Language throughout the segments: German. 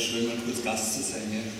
schön, mal kurz Gast zu sein. Ja.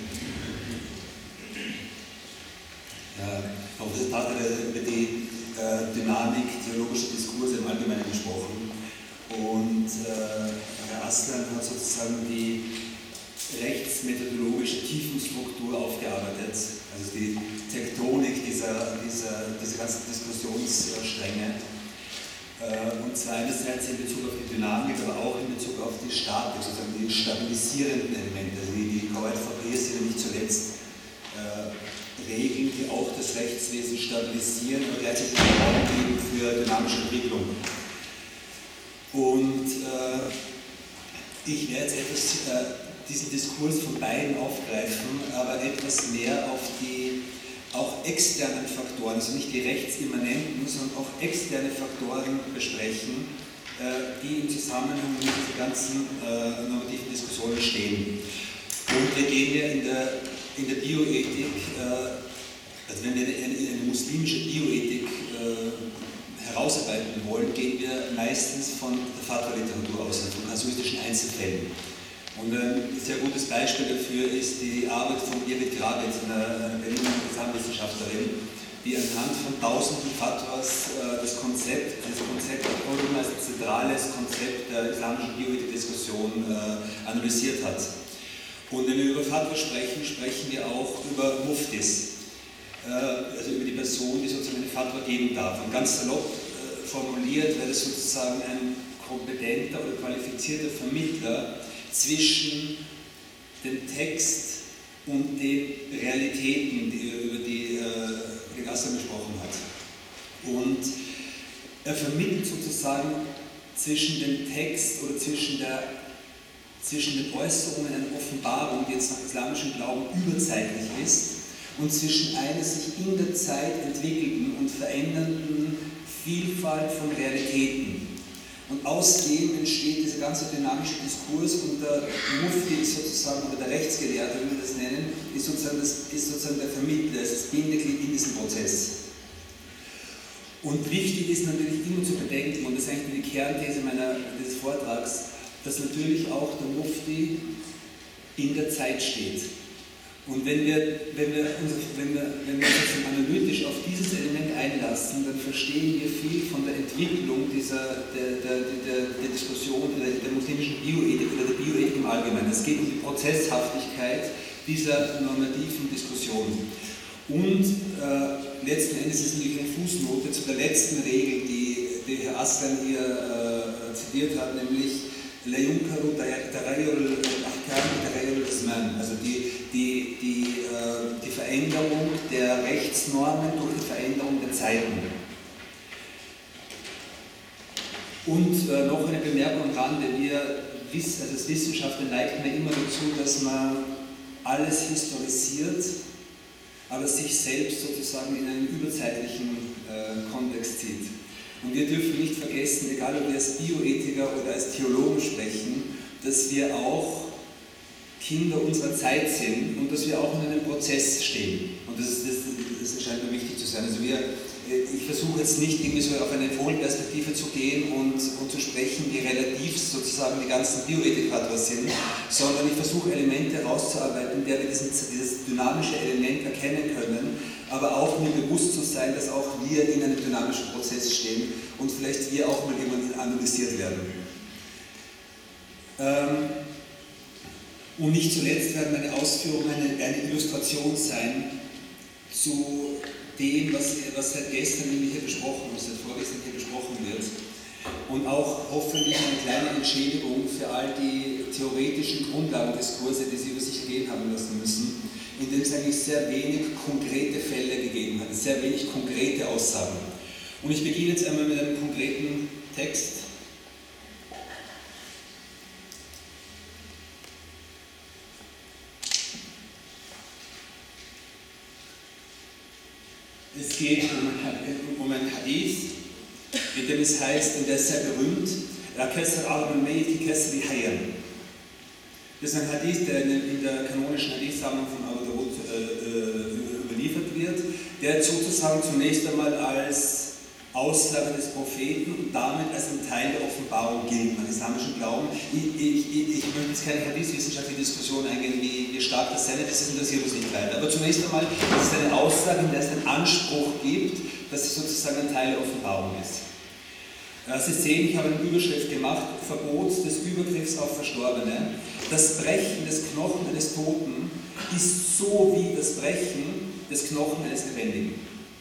Frau Professor hat über die Dynamik theologischer Diskurse im Allgemeinen gesprochen. Und Herr Aslan hat sozusagen die rechtsmethodologische Tiefenstruktur aufgearbeitet, also die Tektonik dieser ganzen Diskussionsstränge. Und zwar einerseits in Bezug auf die Dynamik, aber auch in Bezug auf die Statik, sozusagen die stabilisierenden Elemente, also die KVP sind ja nicht zuletzt Regeln, die auch das Rechtswesen stabilisieren, aber gleichzeitig Raum geben für dynamische Entwicklung. Und ich werde jetzt diesen Diskurs von beiden aufgreifen, aber etwas mehr auf die auch externen Faktoren, also nicht die rechtsimmanenten, sondern auch externe Faktoren besprechen, die im Zusammenhang mit dieser ganzen normativen Diskussion stehen. Und wir gehen ja in der Bioethik, also wenn wir eine muslimische Bioethik herausarbeiten wollen, gehen wir meistens von der Fatwa-Literatur aus, also von kasuistischen Einzelfällen. Und ein sehr gutes Beispiel dafür ist die Arbeit von Birgit Grabitz, einer Berliner Islamwissenschaftlerin, die anhand von tausenden Fatwas das Konzept als zentrales Konzept der islamischen Bioethik-Diskussion analysiert hat. Und wenn wir über Fatwa sprechen, sprechen wir auch über Muftis, also über die Person, die sozusagen eine Fatwa geben darf. Und ganz salopp formuliert wäre das sozusagen ein kompetenter oder qualifizierter Vermittler zwischen dem Text und den Realitäten, über die Gaston gesprochen hat. Und er vermittelt sozusagen zwischen dem Text oder zwischen den Äußerungen einer Offenbarung, die jetzt nach islamischem Glauben überzeitlich ist, und zwischen einer sich in der Zeit entwickelnden und verändernden Vielfalt von Realitäten. Und aus dem entsteht dieser ganze dynamische Diskurs, und der Mufti ist sozusagen, oder der Rechtsgelehrte, wie wir das nennen, ist sozusagen der Vermittler, ist das Bindeglied in diesem Prozess. Und wichtig ist natürlich immer zu bedenken, und das ist eigentlich die Kernthese dieses Vortrags, dass natürlich auch der Mufti in der Zeit steht. Und wenn wir uns analytisch auf dieses Element einlassen, dann verstehen wir viel von der Entwicklung der Diskussion der muslimischen Bioethik oder der Bioethik im Allgemeinen. Es geht um die Prozesshaftigkeit dieser normativen Diskussion. Und letzten Endes ist natürlich eine Fußnote zu der letzten Regel, die Herr Aslan hier zitiert hat, nämlich La yunkaru tagayyur al-ahkam tagayyur al-azman, also die Veränderung der Rechtsnormen durch die Veränderung der Zeiten. Und noch eine Bemerkung am Rande: als Wissenschaftler neigt man immer dazu, dass man alles historisiert, aber sich selbst sozusagen in einen überzeitlichen Kontext zieht. Und wir dürfen nicht vergessen, egal ob wir als Bioethiker oder als Theologen sprechen, dass wir auch Kinder unserer Zeit sind und dass wir auch in einem Prozess stehen. Und das scheint mir wichtig zu sein. Also ich versuche jetzt nicht irgendwie so auf eine Vogelperspektive zu gehen und zu sprechen, wie relativ sozusagen die ganzen Bioethik-Fatwas sind, sondern ich versuche Elemente herauszuarbeiten, in der wir dieses dynamische Element erkennen können, aber auch mir bewusst zu sein, dass auch wir in einem dynamischen Prozess stehen und vielleicht wir auch mal jemanden analysiert werden. Und nicht zuletzt werden meine Ausführungen eine Illustration sein zu dem, was seit gestern hier besprochen wird, seit vorgestern hier besprochen wird. Und auch hoffentlich eine kleine Entschädigung für all die theoretischen Grundlagendiskurse, die Sie über sich ergehen haben lassen müssen, in denen es eigentlich sehr wenig konkrete Fälle gegeben hat, sehr wenig konkrete Aussagen. Und ich beginne jetzt einmal mit einem konkreten Text. Es geht um ein Hadith, in dem es heißt, und der ist sehr berühmt, das ist ein Hadith, der in der kanonischen Hadith-Sammlung von Abu Dawud überliefert wird, der sozusagen zunächst einmal als Aussage des Propheten und damit als ein Teil der Offenbarung gilt. Man sagt islamischen Glauben. Ich möchte jetzt keine hadith-wissenschaftliche Diskussion eingehen, wie stark das sein wird, das interessiert uns nicht weiter. Aber zunächst einmal ist es eine Aussage, in der es einen Anspruch gibt, dass es sozusagen ein Teil der Offenbarung ist. Sie sehen, ich habe eine Überschrift gemacht, Verbot des Übergriffs auf Verstorbene. Das Brechen des Knochen eines Toten ist so wie das Brechen des Knochen eines Lebendigen.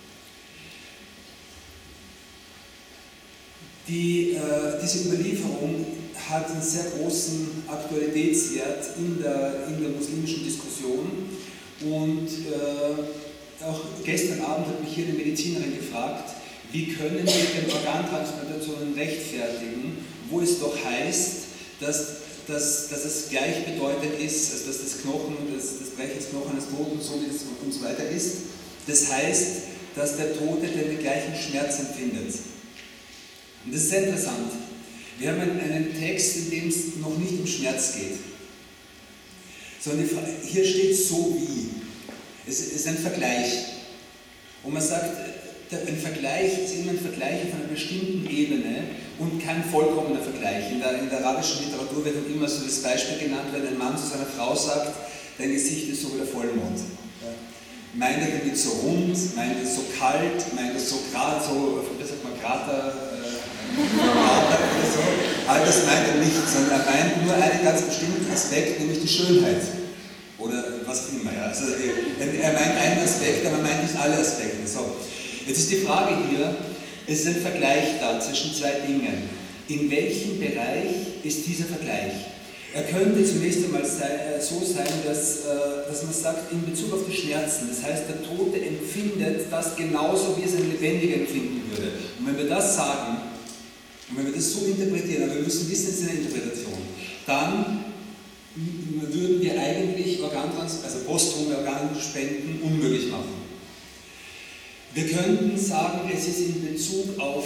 Diese Überlieferung hat einen sehr großen Aktualitätswert in der muslimischen Diskussion und auch gestern Abend hat mich hier eine Medizinerin gefragt, wie können wir denn Organtransplantationen rechtfertigen, wo es doch heißt, dass es gleichbedeutend ist, also dass das Knochen, das Brechen des Knochen eines Toten so wie das und so weiter ist. Das heißt, dass der Tote den gleichen Schmerz empfindet. Und das ist sehr interessant. Wir haben einen Text, in dem es noch nicht um Schmerz geht, sondern hier steht so wie. Es ist ein Vergleich. Und man sagt, ein Vergleich ist immer ein Vergleich auf einer bestimmten Ebene und kein vollkommener Vergleich. In der arabischen Literatur wird dann immer so das Beispiel genannt, wenn ein Mann zu seiner Frau sagt, dein Gesicht ist so wie der Vollmond. Meint er damit so rund, meint er so kalt, meint er so gerade so, wie sagt man, Krater oder so. Aber das meint er nicht, sondern er meint nur einen ganz bestimmten Aspekt, nämlich die Schönheit. Oder was auch immer. Ja. Also, er meint einen Aspekt, aber er meint nicht alle Aspekte. So. Jetzt ist die Frage hier, es ist ein Vergleich da zwischen zwei Dingen. In welchem Bereich ist dieser Vergleich? Er könnte zunächst einmal so sein, dass man sagt, in Bezug auf die Schmerzen, das heißt, der Tote empfindet das genauso, wie es ein Lebendiger empfinden würde. Und wenn wir das sagen, und wenn wir das so interpretieren, aber wir müssen wissen, es ist eine Interpretation, dann würden wir eigentlich also posthume Organspenden unmöglich machen. Wir könnten sagen, es ist in Bezug auf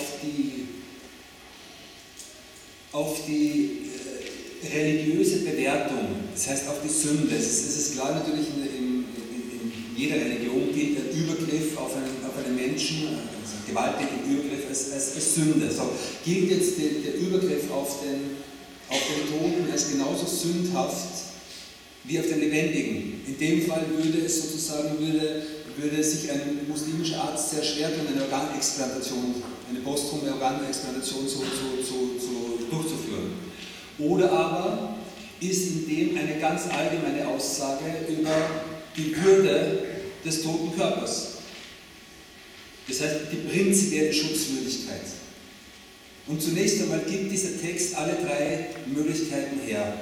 die religiöse Bewertung, das heißt auf die Sünde. Es ist klar, natürlich in jeder Religion gilt der Übergriff auf einen Menschen, also gewaltigen Übergriff als Sünde. So, gilt jetzt der Übergriff auf den Toten als genauso sündhaft wie auf den Lebendigen. In dem Fall würde es sozusagen, würde sich ein muslimischer Arzt sehr schwer tun, eine posthume Organexplantation durchzuführen. Oder aber ist in dem eine ganz allgemeine Aussage über die Würde des toten Körpers. Das heißt, die prinzipielle Schutzwürdigkeit. Und zunächst einmal gibt dieser Text alle drei Möglichkeiten her.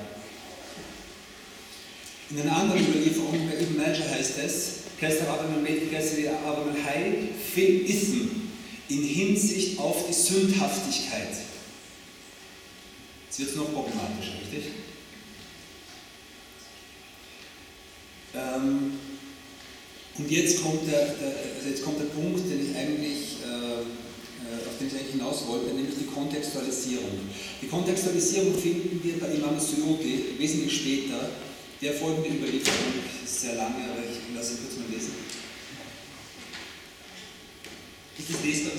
In einer anderen Überlieferung bei Ibn Majah heißt es, in Hinsicht auf die Sündhaftigkeit. Jetzt wird es noch problematischer, richtig? Und jetzt kommt der Punkt, auf den ich eigentlich hinaus wollte, nämlich die Kontextualisierung. Die Kontextualisierung finden wir bei Imam Suyuti wesentlich später. Der folgende Überlieferung, das ist sehr lange, aber ich lasse ihn kurz mal lesen. Ist das lesbar?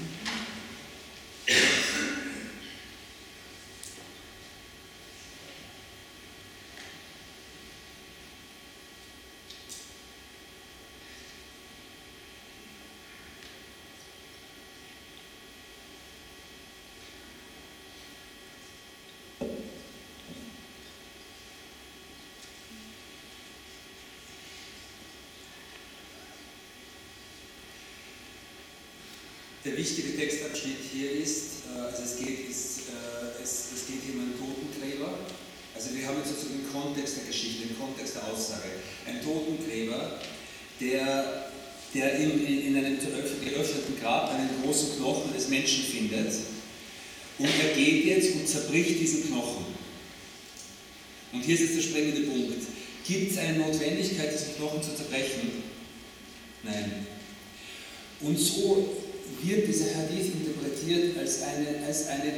Der wichtige Textabschnitt hier ist, also es geht hier um einen Totengräber. Also wir haben jetzt sozusagen den Kontext der Geschichte, den Kontext der Aussage. Ein Totengräber, der in einem geöffneten Grab einen großen Knochen eines Menschen findet und er geht jetzt und zerbricht diesen Knochen. Und hier ist jetzt der springende Punkt. Gibt es eine Notwendigkeit, diesen Knochen zu zerbrechen? Nein. Und so wird dieser Hadith interpretiert als eine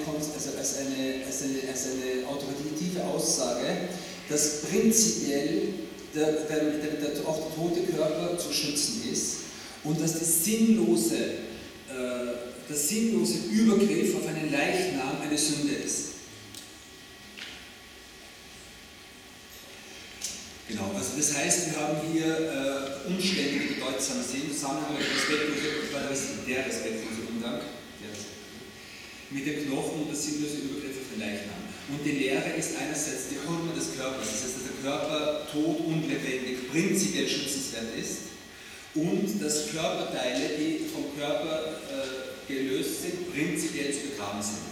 autoritative Aussage, dass prinzipiell auch der tote Körper zu schützen ist und dass der sinnlose Übergriff auf einen Leichnam eine Sünde ist. Genau, also das heißt, wir haben hier Umstände, die bedeutsam sind, Zusammenhang mit der respektlose Umgang mit dem Knochen und das sinnlose Übergriff auf den Leichnam. Und die Lehre ist einerseits die Hurma des Körpers, das heißt, dass der Körper tot und lebendig prinzipiell schützenswert ist und dass Körperteile, die vom Körper gelöst sind, prinzipiell zu begraben sind.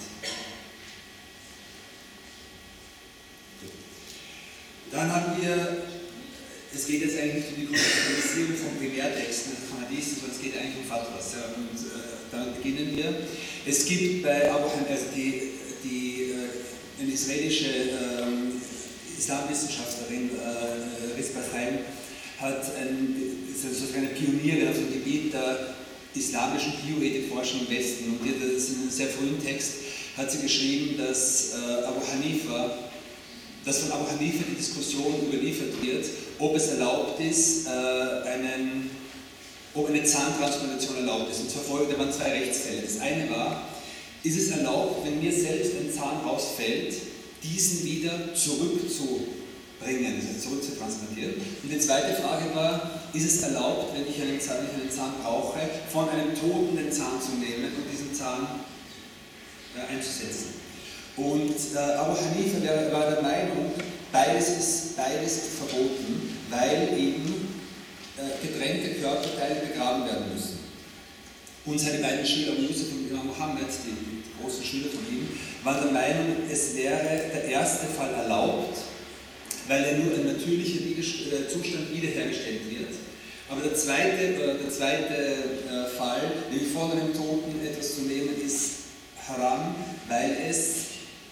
Dann haben wir, es geht jetzt eigentlich nicht um die Kontextualisierung von Primärtexten, also von Hadithen, sondern es geht eigentlich um Fatwas. Ja, und damit beginnen wir. Es gibt bei Abu Hanifa, also eine israelische Islamwissenschaftlerin, Rizbat Chaim, ist eine Pionierin auf dem Gebiet der islamischen Bioethikforschung im Westen. Und das ist in einem sehr frühen Text hat sie geschrieben, dass von Abu Hanifa die Diskussion überliefert wird, ob es erlaubt ist, ob eine Zahntransplantation erlaubt ist. Und zwar da waren zwei Rechtsfälle. Das eine war, ist es erlaubt, wenn mir selbst ein Zahn rausfällt, diesen wieder zurückzubringen, also zurückzutransplantieren. Und die zweite Frage war, ist es erlaubt, wenn ich einen Zahn brauche, von einem Toten den Zahn zu nehmen und diesen Zahn einzusetzen. Und Abu Hanifa war der Meinung, beides ist verboten, weil eben getrennte Körperteile begraben werden müssen. Und seine beiden Schüler, Abu Yusuf und Imam Mohammed, die großen Schüler von ihm, waren der Meinung, es wäre der erste Fall erlaubt, weil er nur ein natürlicher Zustand wiederhergestellt wird. Aber der zweite Fall, nämlich von einem Toten etwas zu nehmen, ist haram, weil es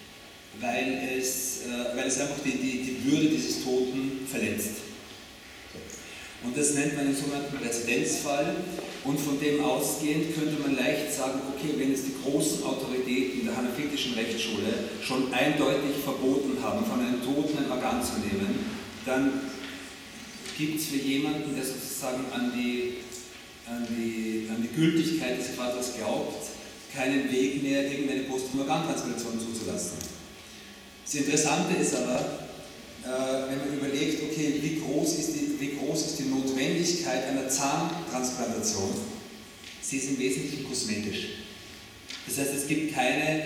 einfach die Würde dieses Toten verletzt. Und das nennt man den sogenannten Präzedenzfall. Und von dem ausgehend könnte man leicht sagen, okay, wenn es die großen Autoritäten der hanafitischen Rechtsschule schon eindeutig verboten haben, von einem Toten ein Organ zu nehmen, dann gibt es für jemanden, der sozusagen an die Gültigkeit des Vaters glaubt, keinen Weg mehr, irgendeine posthume Organtransplantation zuzulassen. Das Interessante ist aber, wenn man überlegt, okay, wie groß ist die Notwendigkeit einer Zahntransplantation, sie ist im Wesentlichen kosmetisch. Das heißt, es gibt keine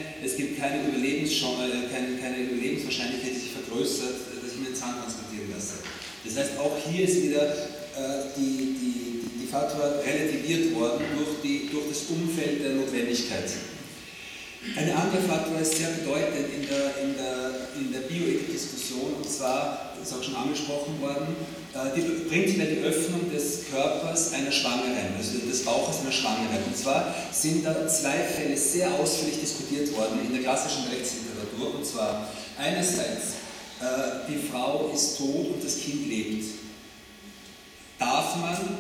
Überlebenswahrscheinlichkeit, die sich vergrößert, dass ich mir einen Zahn transplantieren lasse. Das heißt, auch hier ist wieder die Fatwa relativiert worden durch das Umfeld der Notwendigkeit. Eine andere Fatwa ist sehr bedeutend in der Bioethik-Diskussion, und zwar, das ist auch schon angesprochen worden, prinzipiell die Öffnung des Körpers einer Schwangeren, also des Bauches einer Schwangeren. Und zwar sind da zwei Fälle sehr ausführlich diskutiert worden in der klassischen Rechtsliteratur, und zwar einerseits, die Frau ist tot und das Kind lebt. Darf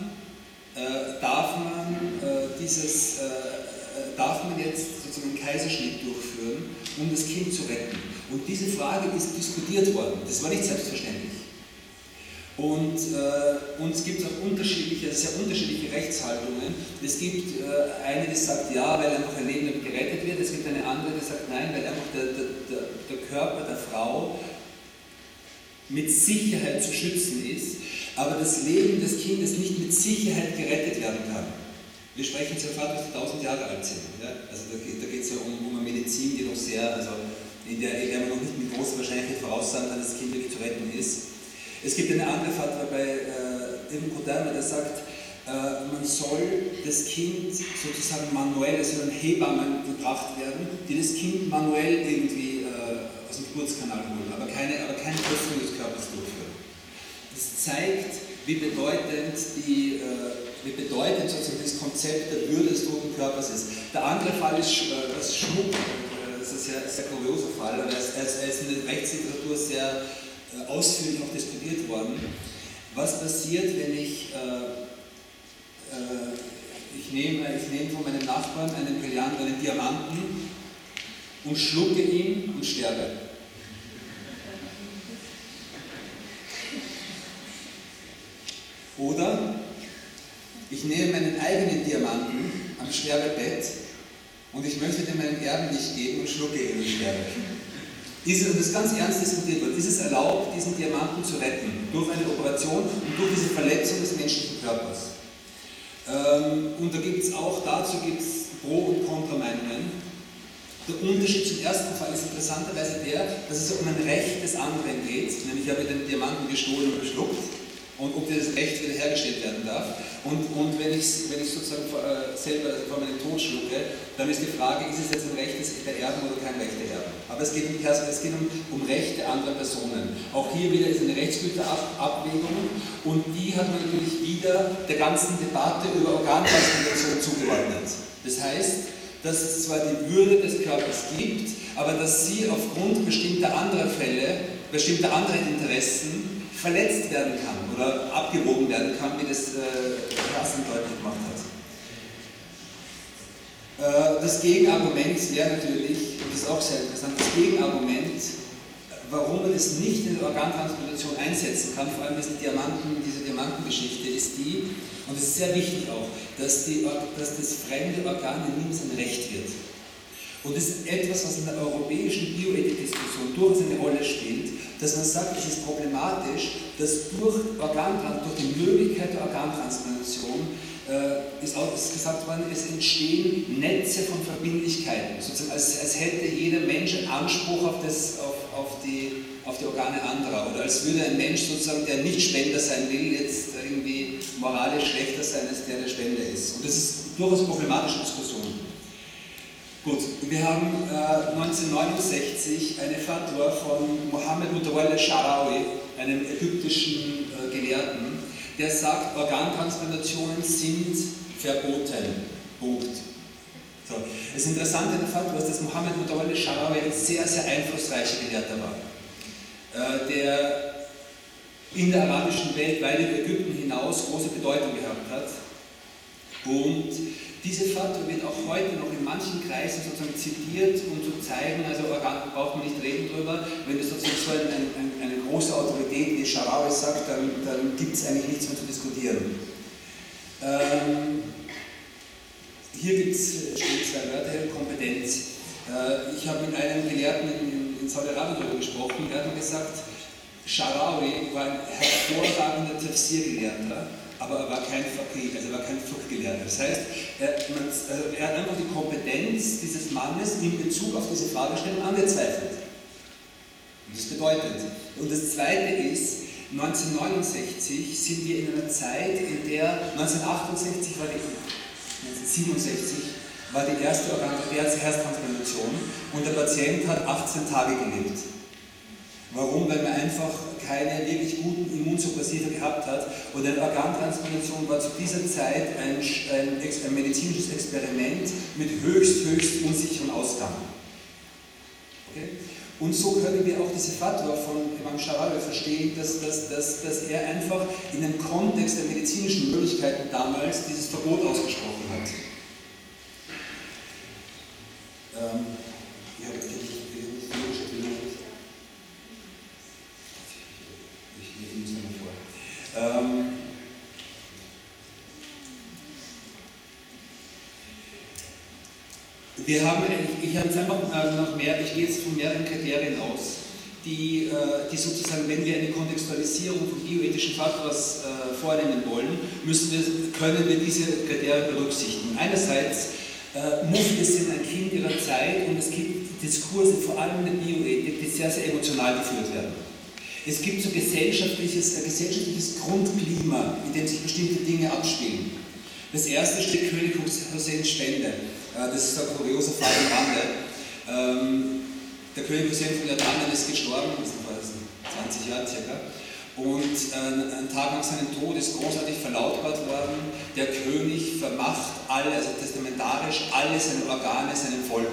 man jetzt sozusagen einen Kaiserschnitt durchführen, um das Kind zu retten? Und diese Frage ist diskutiert worden. Das war nicht selbstverständlich. Und es gibt auch sehr unterschiedliche Rechtshaltungen. Es gibt eine, die sagt ja, weil einfach ein Leben gerettet wird. Es gibt eine andere, die sagt nein, weil einfach der Körper der Frau mit Sicherheit zu schützen ist, aber das Leben des Kindes nicht mit Sicherheit gerettet werden kann. Wir sprechen zur Vater, die 1000 Jahre alt sind. Ja? Also da geht es ja um eine Medizin, die noch in der man noch nicht mit großer Wahrscheinlichkeit voraussagen kann, dass das Kind wirklich zu retten ist. Es gibt eine andere Fatwa bei Ibn Qudama, der sagt, man soll das Kind sozusagen manuell, es soll eine Hebamme gebracht werden, die das Kind manuell irgendwie aus dem Geburtskanal holen, aber keine Öffnung des Körpers durchführen. Das zeigt, wie bedeutend sozusagen das Konzept der Würde des toten Körpers ist. Der andere Fall ist das Schmuck. Das ist ein sehr kurioser Fall, aber er ist in der Rechtsliteratur sehr ausführlich auch diskutiert worden. Was passiert, wenn ich nehme von meinem Nachbarn einen Brillant, einen Diamanten und schlucke ihn und sterbe? Oder ich nehme meinen eigenen Diamanten am Sterbebett und ich möchte den meinen Erben nicht geben und schlucke ihn und sterbe. Und das ist ganz ernst diskutiert wird, ist es erlaubt, diesen Diamanten zu retten, durch eine Operation und durch diese Verletzung des menschlichen Körpers. Und da gibt es auch, dazu gibt es Pro- und Kontrameinungen. Der Unterschied zum ersten Fall ist interessanterweise der, dass es um ein Recht des anderen geht, nämlich ich habe den Diamanten gestohlen und geschluckt, und ob das Recht wiederhergestellt werden darf. Und wenn ich sozusagen selber vor meinem Tod schlucke, dann ist die Frage, ist es jetzt ein Recht der Erben oder kein Recht der Erben? Aber es geht um Rechte anderer Personen. Auch hier wieder ist eine Rechtsgüterabwägung und die hat man natürlich wieder der ganzen Debatte über Organtransplantation zugeordnet. Das heißt, dass es zwar die Würde des Körpers gibt, aber dass sie aufgrund bestimmter anderer Fälle, bestimmter anderer Interessen verletzt werden kann oder abgewogen werden kann, wie das Carsten deutlich gemacht hat. Das Gegenargument wäre natürlich, und das ist auch sehr interessant, das Gegenargument, warum man das nicht in der Organtransplantation einsetzen kann, vor allem diese Diamantengeschichte, ist die, und das ist sehr wichtig auch, dass das fremde Organ niemals ein Recht wird. Und das ist etwas, was in der europäischen Bioethik-Diskussion durchaus eine Rolle spielt, dass man sagt, es ist problematisch, dass durch die Möglichkeit der Organtransplantation ist auch gesagt worden, es entstehen Netze von Verbindlichkeiten, sozusagen als hätte jeder Mensch einen Anspruch auf die Organe anderer, oder als würde ein Mensch sozusagen, der nicht Spender sein will, jetzt irgendwie moralisch schlechter sein als der Spender ist. Und das ist durchaus eine problematische Diskussion. Gut, wir haben 1969 eine Fatwa von Mohammed Mutawalli Sha'rawi, einem ägyptischen Gelehrten, der sagt, Organtransplantationen sind verboten. Punkt. So. Das Interessante an der Fatwa ist, dass Mohammed Mutawalli Sha'rawi ein sehr, sehr einflussreicher Gelehrter war, der in der arabischen Welt weit über Ägypten hinaus große Bedeutung gehabt hat. Und diese Fatwa wird auch heute noch in manchen Kreisen sozusagen zitiert, um zu zeigen, also Organ braucht man nicht reden drüber, wenn das sozusagen so eine große Autorität wie Sha'rawi sagt, dann gibt es eigentlich nichts mehr zu diskutieren. Hier stehen zwei Wörter, Kompetenz. Ich habe mit einem Gelehrten in Saudi-Arabien darüber gesprochen, der hat mir gesagt, Sha'rawi war ein hervorragender Tafsir-Gelehrter, aber er war kein Faqih, also er war kein Fiqh-Gelehrter. Das heißt, er hat einfach die Kompetenz dieses Mannes in Bezug auf diese Fragestellung angezweifelt. Und das bedeutet. Und das Zweite ist, 1969 sind wir in einer Zeit, in der 1967 war die erste Herztransplantation und der Patient hat 18 Tage gelebt. Warum? Weil man einfach keine wirklich guten Immunsuppressiva gehabt hat und eine Organtransplantation war zu dieser Zeit ein medizinisches Experiment mit höchst unsicherem Ausgang. Okay? Und so können wir auch diese Fatwa von Imam Sha'rawi verstehen, dass er einfach in dem Kontext der medizinischen Möglichkeiten damals dieses Verbot ausgesprochen hat. Ich gehe jetzt von mehreren Kriterien aus, die sozusagen, wenn wir eine Kontextualisierung von bioethischen Fatwas vornehmen wollen, können wir diese Kriterien berücksichtigen. Einerseits wir sind ein Kind ihrer Zeit und es gibt Diskurse, vor allem in der Bioethik, die sehr, sehr emotional geführt werden. Es gibt so ein gesellschaftliches Grundklima, in dem sich bestimmte Dinge abspielen. Das erste steht König Husseins Spende. Das ist ein kurioser Fall am Rande. Der König Hussein von Jordanien ist gestorben, das ist vor 20 Jahren circa. Und einen Tag nach seinem Tod ist großartig verlautbart worden, der König vermacht alle, also testamentarisch, alle seine Organe seinem Volk.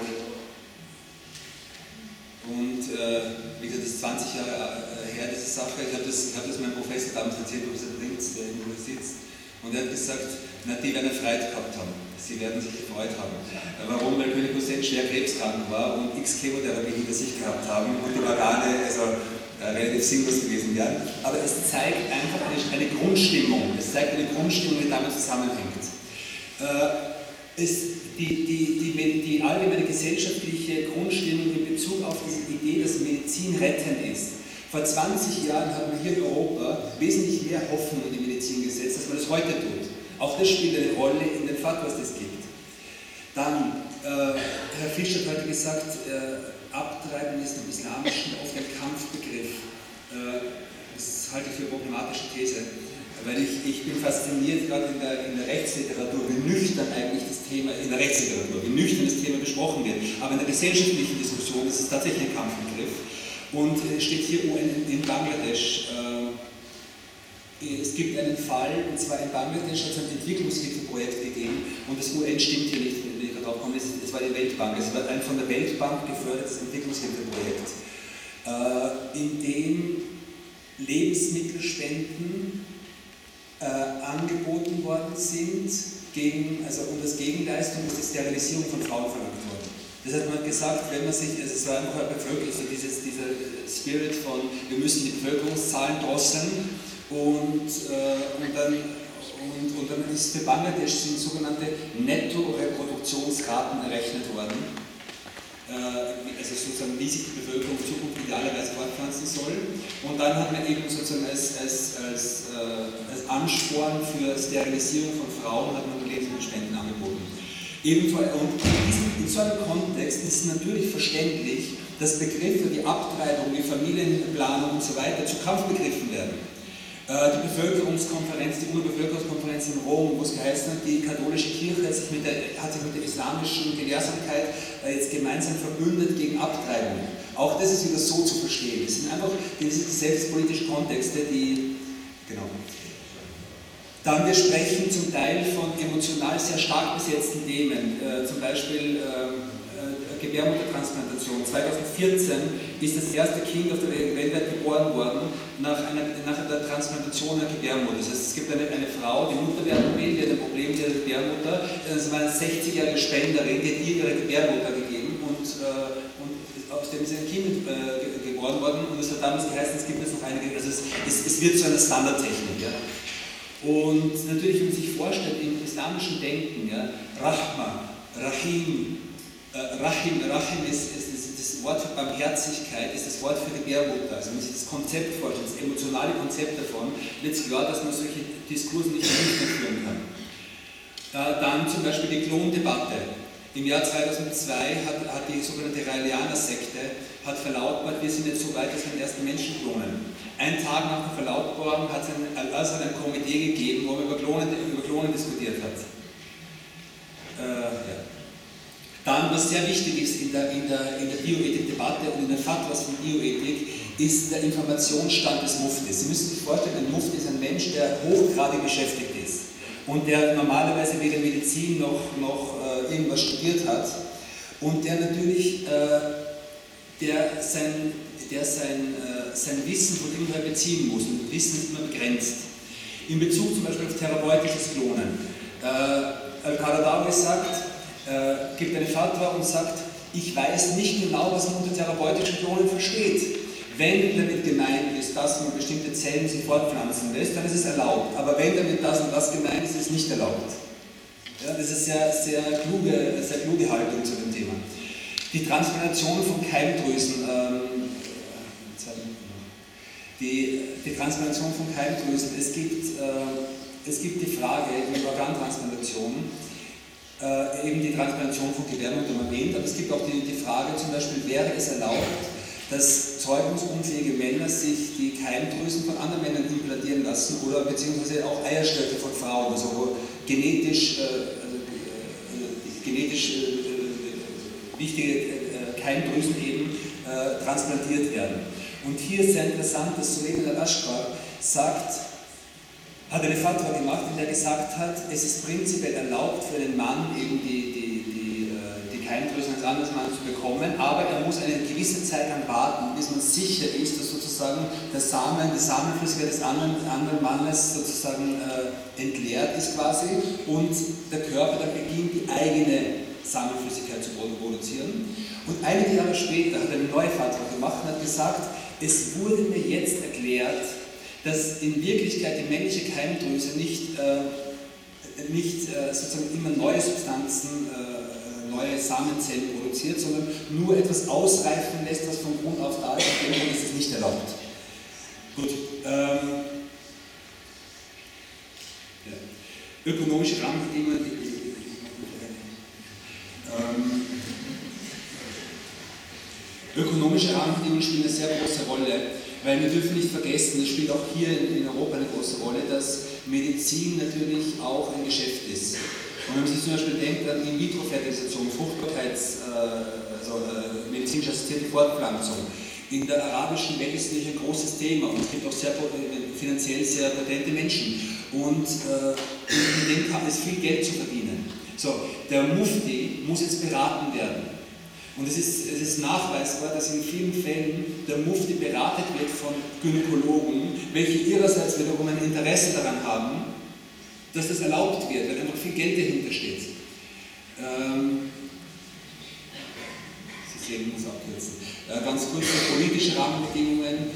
Und wie gesagt, das ist 20 Jahre her, diese Sache. Ich habe das meinem Professor damals erzählt, Professor Prinz, der irgendwo sitzt. Und er hat gesagt, na, die werden eine Freude gehabt haben. Sie werden sich gefreut haben. Warum? Weil König Hussein schwer krebskrank war und x Chemotherapie hinter sich gehabt haben und die Organe relativ sinnlos gewesen wären. Aber es zeigt einfach eine Grundstimmung. Es zeigt eine Grundstimmung, die damit zusammenhängt. die allgemeine gesellschaftliche Grundstimmung in Bezug auf diese Idee, dass Medizin rettend ist. Vor 20 Jahren hat man hier in Europa wesentlich mehr Hoffnung in die Medizin gesetzt, als man das heute tut. Auch das spielt eine Rolle in den Fatwas, das es gibt. Dann, Herr Fischer hat heute gesagt, Abtreibung ist im Islamischen oft ein Kampfbegriff. Das halte ich für eine problematische These, weil ich bin fasziniert, gerade in der Rechtsliteratur, wie nüchtern eigentlich das Thema, in der Rechtsliteratur, wie nüchtern das Thema besprochen wird. Aber in der gesellschaftlichen Diskussion ist es tatsächlich ein Kampfbegriff. Und es steht hier in Bangladesch, es gibt einen Fall, und zwar in Bangladesch hat es ein Entwicklungshilfeprojekt gegeben, und das UN stimmt hier nicht, wenn ich da drauf komme, es war die Weltbank, es war ein von der Weltbank gefördertes Entwicklungshilfeprojekt, in dem Lebensmittelspenden angeboten worden sind, und als Gegenleistung ist die Sterilisierung von Frauen verlangt worden. Das hat man gesagt, wenn man sich, also es war einfach ein dieser Spirit von, wir müssen die Bevölkerungszahlen drosseln und dann ist für Bangladesch sind sogenannte Netto-Reproduktionsraten errechnet worden. Also sozusagen, wie sich die Bevölkerung in Zukunft idealerweise fortpflanzen soll. Und dann hat man eben sozusagen als Ansporn für Sterilisierung von Frauen hat man Lebensmittelspenden angeboten. Ebenfalls, und in so einem Kontext ist es natürlich verständlich, dass Begriffe wie Abtreibung, wie Familienplanung und so weiter zu Kampfbegriffen werden. Die Bevölkerungskonferenz, die UNO-Bevölkerungskonferenz in Rom, wo es geheißen hat, die katholische Kirche hat sich mit der islamischen Gelehrsamkeit jetzt gemeinsam verbündet gegen Abtreibung. Auch das ist wieder so zu verstehen. Es sind einfach diese gesellschaftspolitischen Kontexte, die, genau. Dann, wir sprechen zum Teil von emotional sehr stark besetzten Themen, zum Beispiel Gebärmuttertransplantation. 2014 ist das erste Kind auf der Welt geboren worden nach der Transplantation einer Gebärmutter. Das heißt, es gibt eine Frau, die Mutter werden will, die hat ein Problem mit ihrer Gebärmutter. Das war eine 60-jährige Spenderin, die hat ihr ihre Gebärmutter gegeben und aus dem ist ein Kind geboren worden. Und es hat damals geheißen, es gibt jetzt noch einige, also es wird zu einer Standardtechnik. Ja. Und natürlich, wenn man sich vorstellt, im islamischen Denken, ja, Rahma, Rahim ist das Wort für Barmherzigkeit, ist das Wort für Gebärmutter. Also wenn man sich das Konzept vorstellt, das emotionale Konzept davon, wird es klar, dass man solche Diskurse nicht führen kann. Dann zum Beispiel die Klondebatte. Im Jahr 2002 hat die sogenannte Raelianer-Sekte verlautbart, wir sind jetzt so weit, dass wir den ersten Menschen klonen. Einen Tag nach der Verlautbarung hat es ein Komitee gegeben, wo man über Klonen diskutiert hat. Ja. Dann, was sehr wichtig ist in der Bioethik-Debatte und in den Fatwas von Bioethik, ist der Informationsstand des Muftis. Sie müssen sich vorstellen, ein Mufti ist ein Mensch, der hochgradig beschäftigt ist und der normalerweise weder Medizin noch irgendwas studiert hat und der natürlich sein Wissen von irgendwoher beziehen muss, und Wissen ist immer begrenzt. In Bezug zum Beispiel auf therapeutisches Klonen. Al-Qaradawi gibt eine Fatwa und sagt, ich weiß nicht genau, was man unter therapeutischen Klonen versteht. Wenn damit gemeint ist, dass man bestimmte Zellen sich fortpflanzen lässt, dann ist es erlaubt. Aber wenn damit das und das gemeint ist, ist es nicht erlaubt. Ja, das ist eine sehr kluge Haltung zu dem Thema. Die Transplantation von Keimdrüsen. Die Transplantation von Keimdrüsen. Es gibt die Frage mit Organtransplantation, eben die Transplantation von Gebärmutter erwähnt, aber es gibt auch die Frage zum Beispiel, wäre es erlaubt, dass zeugungsunfähige Männer sich die Keimdrüsen von anderen Männern implantieren lassen oder beziehungsweise auch Eierstöcke von Frauen, also wo genetisch wichtige Keimdrüsen eben transplantiert werden. Und hier ist sehr interessant, dass Suleiman al-Ashqar hat eine Fatwa gemacht, in der gesagt hat, es ist prinzipiell erlaubt für einen Mann eben die Keimdrüsen eines anderen Mannes zu bekommen, aber er muss eine gewisse Zeit lang warten, bis man sicher ist, dass sozusagen die Samenflüssigkeit des anderen Mannes sozusagen entleert ist quasi und der Körper dann beginnt, die eigene Samenflüssigkeit zu produzieren. Und einige Jahre später hat er eine neue Fatwa gemacht und hat gesagt, es wurde mir jetzt erklärt, dass in Wirklichkeit die männliche Keimdrüse nicht nicht sozusagen immer neue Substanzen, neue Samenzellen produziert, sondern nur etwas ausreifen lässt, was von Grund auf da ist, und dem ist es nicht erlaubt. Gut. Ökonomische Rahmenbedingungen. Ökonomische Rahmenbedingungen spielen eine sehr große Rolle, weil wir dürfen nicht vergessen, das spielt auch hier in Europa eine große Rolle, dass Medizin natürlich auch ein Geschäft ist. Und wenn man sich zum Beispiel denkt an In-vitro-Fertilisation, medizinisch assistierte Fortpflanzung, in der arabischen Welt ist das ein großes Thema und es gibt auch finanziell sehr potente Menschen und in dem kann es viel Geld zu verdienen. So, der Mufti muss jetzt beraten werden. Und es ist nachweisbar, dass in vielen Fällen der Mufti beraten wird von Gynäkologen, welche ihrerseits wiederum ein Interesse daran haben, dass das erlaubt wird, weil einfach viel Geld dahinter steht. Sie sehen, ich muss abkürzen. Ganz kurz, politische Rahmenbedingungen.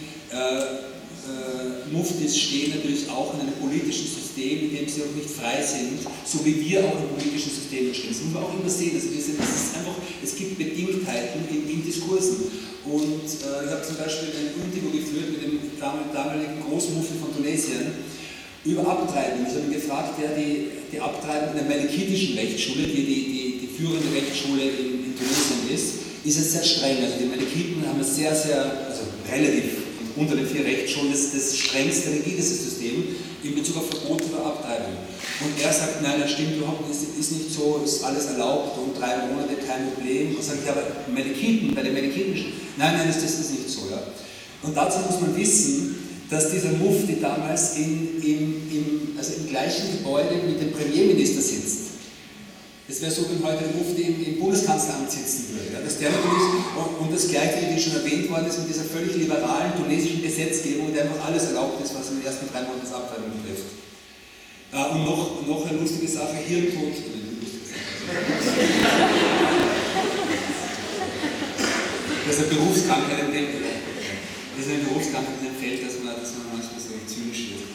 Muftis stehen natürlich auch in einem politischen System, in dem sie auch nicht frei sind, so wie wir auch im politischen System stehen. Das muss man auch immer sehen. Also es gibt Bedingtheiten in Diskursen. Und ich habe zum Beispiel ein Interview geführt mit dem damaligen Großmufti von Tunesien über Abtreibung. Ich habe ihn gefragt, wer die Abtreibung in der malikitischen Rechtsschule, die führende Rechtsschule in Tunesien ist es sehr streng. Also die Malikiten haben es relativ unter den 4 Rechtsschulen das strengste, rigideste System in Bezug auf Verbot oder Abtreibung. Und er sagt, nein, das stimmt überhaupt nicht, ist nicht so, ist alles erlaubt und 3 Monate kein Problem. Und sagt, ja, aber bei den Malikiten, nein, das ist nicht so. Ja. Und dazu muss man wissen, dass dieser Mufti damals im gleichen Gebäude mit dem Premierminister sitzt. Es wäre so, wenn heute der Mufti im Bundeskanzleramt sitzen würde. Ja, dass der natürlich, und das Gleiche, wie schon erwähnt worden ist, mit dieser völlig liberalen tunesischen Gesetzgebung, der einfach alles erlaubt ist, was in den ersten 3 Monaten Abtreibung betrifft. Und noch eine lustige Sache, Hirntod. Das ist eine Berufskrankheit in dem Feld, dass man manchmal so zynisch wird.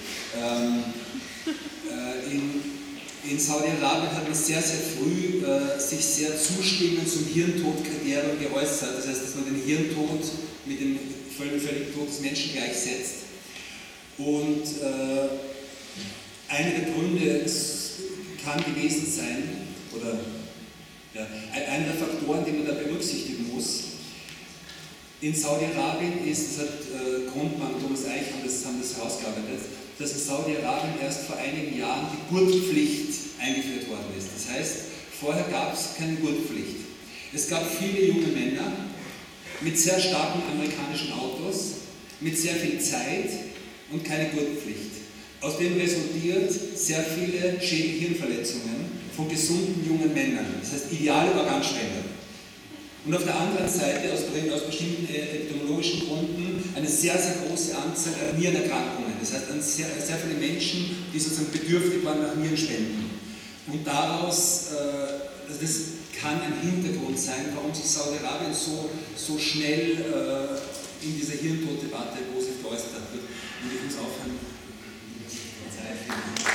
In Saudi-Arabien hat man sehr, sehr früh sich sehr zustimmend zum Hirntodkriterium geäußert. Das heißt, dass man den Hirntod mit dem völligen Tod des Menschen gleichsetzt. Und einer der Gründe kann gewesen sein, oder ja, einer der Faktoren, die man da berücksichtigen muss, in Saudi-Arabien ist, das hat Grundmann und Thomas Eich haben das herausgearbeitet, dass in Saudi-Arabien erst vor einigen Jahren die Gurtpflicht eingeführt worden ist. Das heißt, vorher gab es keine Gurtpflicht. Es gab viele junge Männer mit sehr starken amerikanischen Autos, mit sehr viel Zeit und keine Gurtpflicht. Aus dem resultiert sehr viele Schädel-Hirnverletzungen von gesunden jungen Männern. Das heißt, ideale Organspender. Und auf der anderen Seite, aus bestimmten epidemiologischen Gründen, eine sehr, sehr große Anzahl an Nierenerkrankungen. Das heißt, sehr viele Menschen, die sozusagen bedürftig waren nach Nierenspenden. Und daraus, also das kann ein Hintergrund sein, warum sich Saudi-Arabien so schnell in dieser Hirntoddebatte, wo sich geäußert hat, wird. Und ich muss aufhören. Zeit.